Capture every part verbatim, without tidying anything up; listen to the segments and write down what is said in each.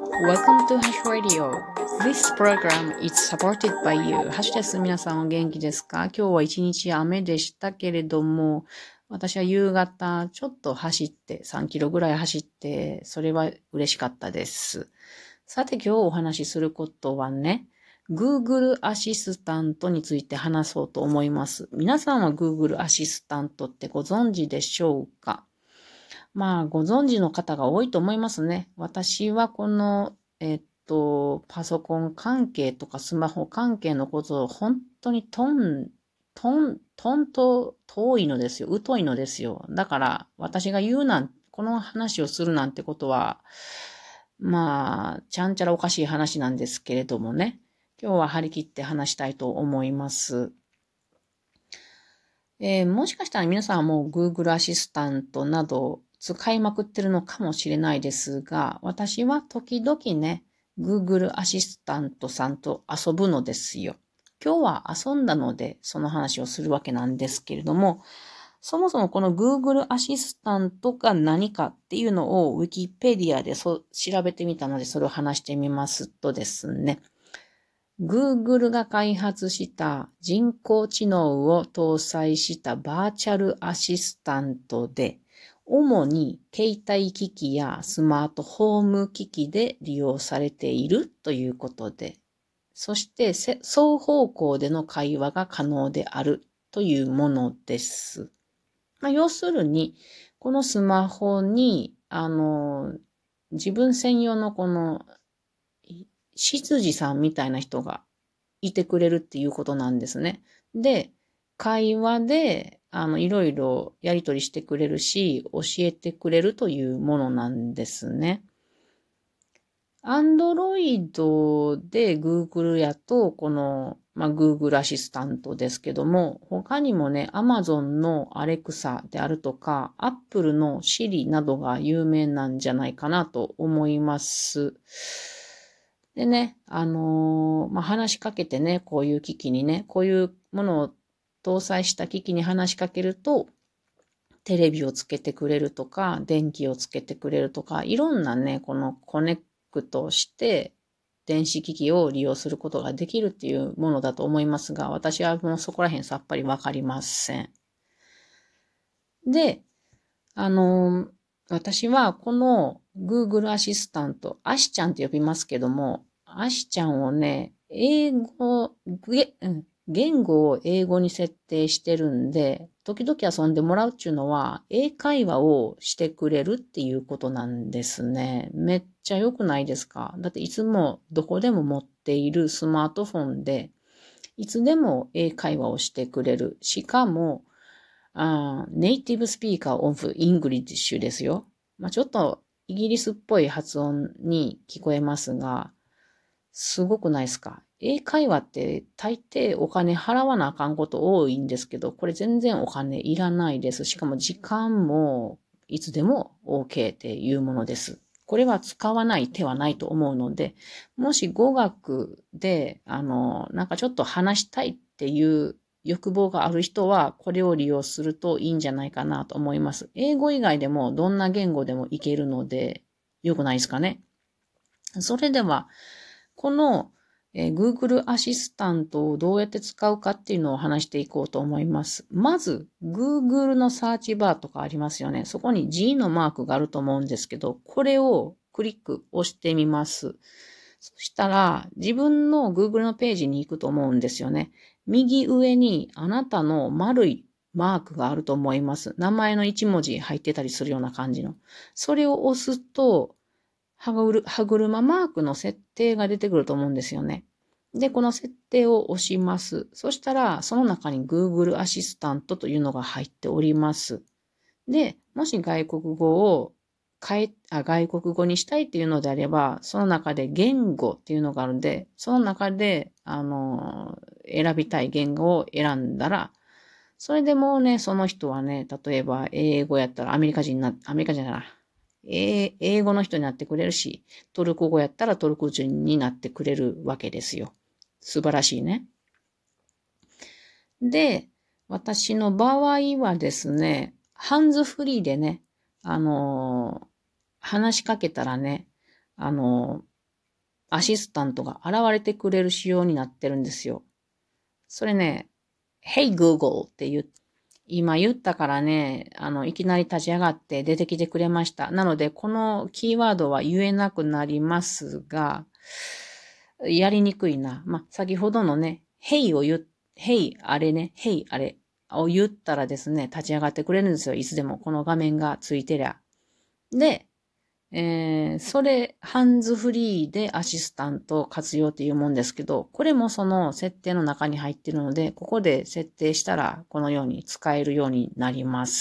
Welcome to Hash Radio. This program is supported by you. ハッシュです。皆さんお元気ですか？今日は一日雨でしたけれども、私は夕方ちょっと走ってさんキロぐらい走って、それは嬉しかったです。さて今日お話しすることはね、Google アシスタントについて話そうと思います。皆さんは Google アシスタントってご存知でしょうか？まあ、ご存知の方が多いと思いますね。私はこの、えっと、パソコン関係とかスマホ関係のことを本当にとん、とん、とんと遠いのですよ。疎いのですよ。だから、私が言うなん、この話をするなんてことは、まあ、ちゃんちゃらおかしい話なんですけれどもね。今日は張り切って話したいと思います。えー、もしかしたら皆さんはもう Google アシスタントなど使いまくってるのかもしれないですが、私は時々ね、Google アシスタントさんと遊ぶのですよ。今日は遊んだのでその話をするわけなんですけれども、そもそもこの Google アシスタントが何かっていうのを Wikipedia でそ調べてみたので、それを話してみますとですね、Google が開発した人工知能を搭載したバーチャルアシスタントで、主に携帯機器やスマートホーム機器で利用されているということで、そして双方向での会話が可能であるというものです。まあ、要するに、このスマホに、あの、自分専用のこの執事さんみたいな人がいてくれるっていうことなんですね。で、会話で、あの、いろいろやりとりしてくれるし、教えてくれるというものなんですね。Android で Google やと、この、まあ、Google アシスタントですけども、他にもね、Amazon の Alexa であるとか、Apple の Siri などが有名なんじゃないかなと思います。でね、あのー、まあ、話しかけてね、こういう機器にね、こういうものを搭載した機器に話しかけると、テレビをつけてくれるとか、電気をつけてくれるとか、いろんなね、このコネクトして、電子機器を利用することができるっていうものだと思いますが、私はもうそこら辺さっぱりわかりません。で、あのー、私はこの Google アシスタント、アシちゃんって呼びますけども、アシちゃんをね、英語、言語を英語に設定してるんで、時々遊んでもらうっていうのは、英会話をしてくれるっていうことなんですね。めっちゃ良くないですか？だっていつもどこでも持っているスマートフォンで、いつでも英会話をしてくれる。しかも、あネイティブスピーカーオブイングリッシュですよ。まあ、ちょっとイギリスっぽい発音に聞こえますが、すごくないですか？英会話って大抵お金払わなあかんこと多いんですけど、これ全然お金いらないです。しかも時間もいつでも OK っていうものです。これは使わない手はないと思うので、もし語学で、あの、なんかちょっと話したいっていう欲望がある人は、これを利用するといいんじゃないかなと思います。英語以外でもどんな言語でもいけるので、よくないですかね。それでは、この、えー、Google アシスタントをどうやって使うかっていうのを話していこうと思います。まず、Google のサーチバーとかありますよね。そこに G のマークがあると思うんですけど、これをクリック押してみます。そしたら、自分の Google のページに行くと思うんですよね。右上にあなたの丸いマークがあると思います。名前の一文字入ってたりするような感じの。それを押すと、歯車マークの設定が出てくると思うんですよね。で、この設定を押します。そしたら、その中に Google アシスタントというのが入っております。で、もし外国語を変え、あ、外国語にしたいっていうのであれば、その中で言語っていうのがあるんで、その中で、あの、選びたい言語を選んだら、それでもうね、その人はね、例えば英語やったらアメリカ人な、アメリカじゃないな、英語の人になってくれるし、トルコ語やったらトルコ人になってくれるわけですよ。素晴らしいね。で、私の場合はですね、ハンズフリーでね、あのー、話しかけたらね、あのアシスタントが現れてくれる仕様になってるんですよ。それね、Hey Google って言う、今言ったからね、あの、いきなり立ち上がって出てきてくれました。なので、このキーワードは言えなくなりますが、やりにくいな。まあ、先ほどのね、Hey を言っ、Hey あれね、Hey あれを言ったらですね、立ち上がってくれるんですよ。いつでもこの画面がついてりゃ。で、えー、それ、ハンズフリーでアシスタント活用っていうもんですけど、これもその設定の中に入っているので、ここで設定したら、このように使えるようになります。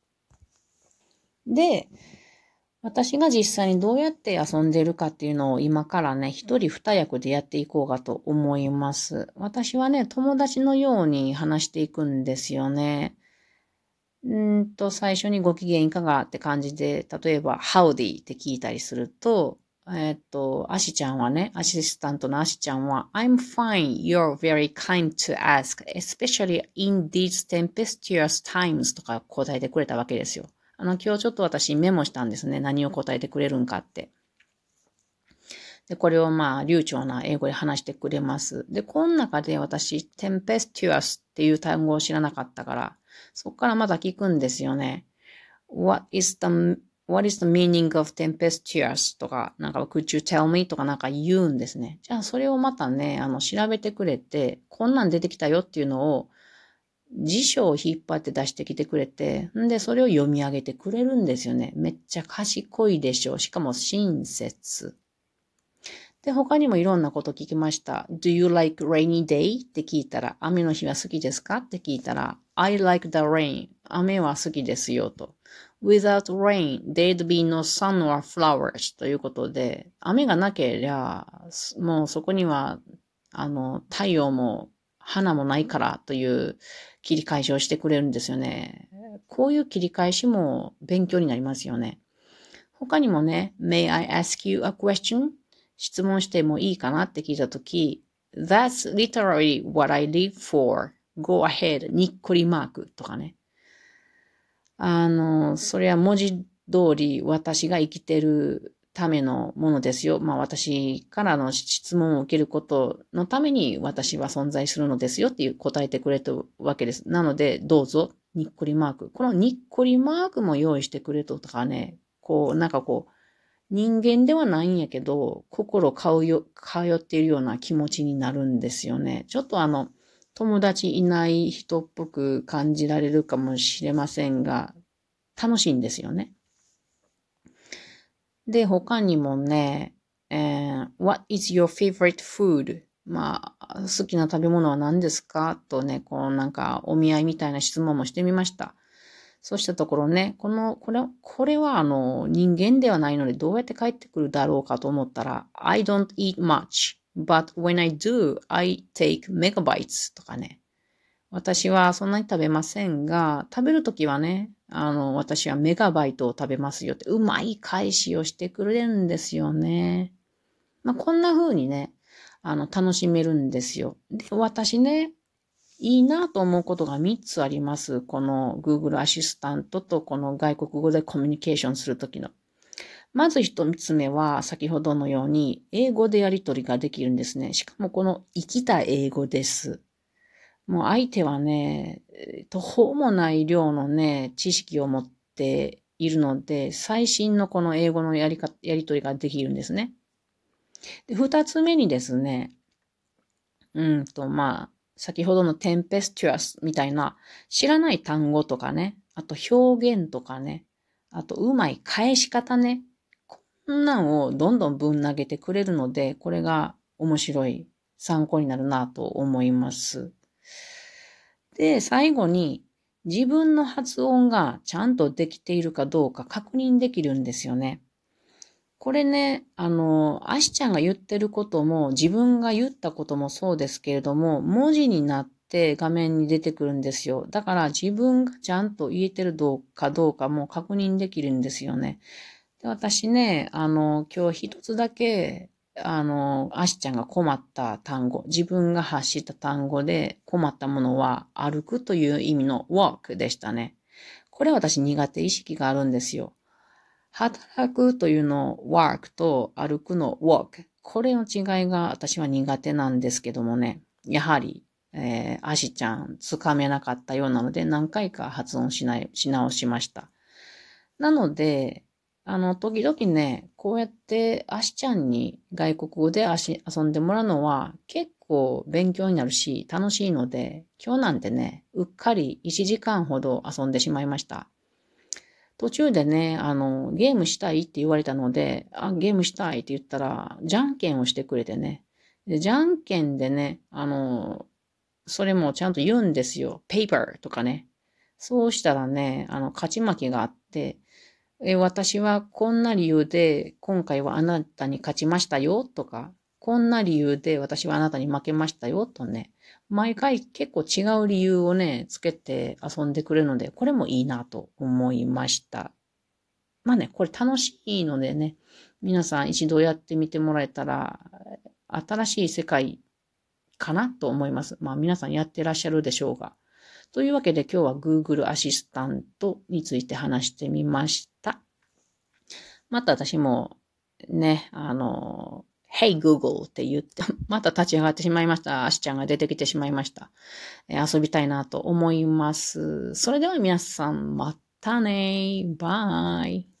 で、私が実際にどうやって遊んでいるかっていうのを今からね、一人二役でやっていこうかと思います。私はね、友達のように話していくんですよね。うんと、最初にご機嫌いかがって感じで、例えば、Howdy って聞いたりすると、えっと、アシちゃんはね、アシスタントのアシちゃんは、I'm fine, you're very kind to ask, especially in these tempestuous times とか答えてくれたわけですよ。あの、今日ちょっと私メモしたんですね。何を答えてくれるんかって。で、これをまあ、流暢な英語で話してくれます。で、この中で私、tempestuous っていう単語を知らなかったから、そこからまた聞くんですよね。What is the, what is the meaning of tempestuous? とか、なんか、could you tell me? とかなんか言うんですね。じゃあ、それをまたね、あの、調べてくれて、こんなん出てきたよっていうのを、辞書を引っ張って出してきてくれて、んで、それを読み上げてくれるんですよね。めっちゃ賢いでしょう。しかも親切。で、他にもいろんなこと聞きました。Do you like rainy day? って聞いたら、雨の日は好きですかって聞いたら、I like the rain. 雨は好きですよと。Without rain, there'd be no sun or flowers ということで、雨がなけりゃ、もうそこには、あの、太陽も花もないからという切り返しをしてくれるんですよね。こういう切り返しも勉強になりますよね。他にもね、May I ask you a question? 質問してもいいかなって聞いたとき、That's literally what I live for.Go ahead. にっこりマークとかね。あの、それは文字通り私が生きてるためのものですよ。まあ私からの質問を受けることのために私は存在するのですよっていう答えてくれたわけです。なのでどうぞ、にっこりマーク。このにっこりマークも用意してくれとかね、こう、なんかこう、人間ではないんやけど、心通うよ、通っているような気持ちになるんですよね。ちょっとあの、友達いない人っぽく感じられるかもしれませんが、楽しいんですよね。で、他にもね、えー、What is your favorite food? まあ、好きな食べ物は何ですかとね、こうなんかお見合いみたいな質問もしてみました。そうしたところね、この、これ、これはあの、人間ではないのでどうやって帰ってくるだろうかと思ったら、I don't eat much, but when I do, I take megabytes とかね。私はそんなに食べませんが、食べるときはね、あの、私はメガバイトを食べますよって、うまい返しをしてくれるんですよね。まあ、こんな風にね、あの、楽しめるんですよ。で、私ね、いいなと思うことがみっつあります。この Google アシスタントとこの外国語でコミュニケーションするときの。まず一つ目は、先ほどのように、英語でやり取りができるんですね。しかもこの生きた英語です。もう相手はね、途方もない量のね、知識を持っているので、最新のこの英語のやりか、やり取りができるんですね。で、二つ目にですね、うんと、まあ、先ほどの tempestuous みたいな知らない単語とかね、あと表現とかね、あとうまい返し方ね、こんなんをどんどんぶん投げてくれるので、これが面白い参考になるなと思います。で、最後に自分の発音がちゃんとできているかどうか確認できるんですよね。これね、あの、アシちゃんが言ってることも、自分が言ったこともそうですけれども、文字になって画面に出てくるんですよ。だから自分がちゃんと言えてるどうかどうかも確認できるんですよね。で、私ね、あの、今日一つだけ、あの、アシちゃんが困った単語、自分が発した単語で困ったものは、歩くという意味の walk でしたね。これは私苦手意識があるんですよ。働くというの work と歩くの walk。 これの違いが私は苦手なんですけどもね、やはり、えー、アシちゃんつかめなかったようなので何回か発音しない、し直しました。なので、あの、時々ね、こうやってアシちゃんに外国語で遊んでもらうのは結構勉強になるし楽しいので、今日なんてね、うっかりいちじかんほど遊んでしまいました。途中でね、あの、ゲームしたいって言われたので、あ、ゲームしたいって言ったら、じゃんけんをしてくれてね。で、じゃんけんでね、あの、それもちゃんと言うんですよ。paper とかね。そうしたらね、あの、勝ち負けがあって、え、私はこんな理由で今回はあなたに勝ちましたよとか、こんな理由で私はあなたに負けましたよとね、毎回結構違う理由をね、つけて遊んでくれるので、これもいいなと思いました。まあね、これ楽しいのでね、皆さん一度やってみてもらえたら、新しい世界かなと思います。まあ皆さんやってらっしゃるでしょうが。というわけで今日は Google アシスタントについて話してみました。また私もね、あの、Hey Google って言って、また立ち上がってしまいました。アシちゃんが出てきてしまいました。遊びたいなと思います。それでは皆さん、またね。バイ。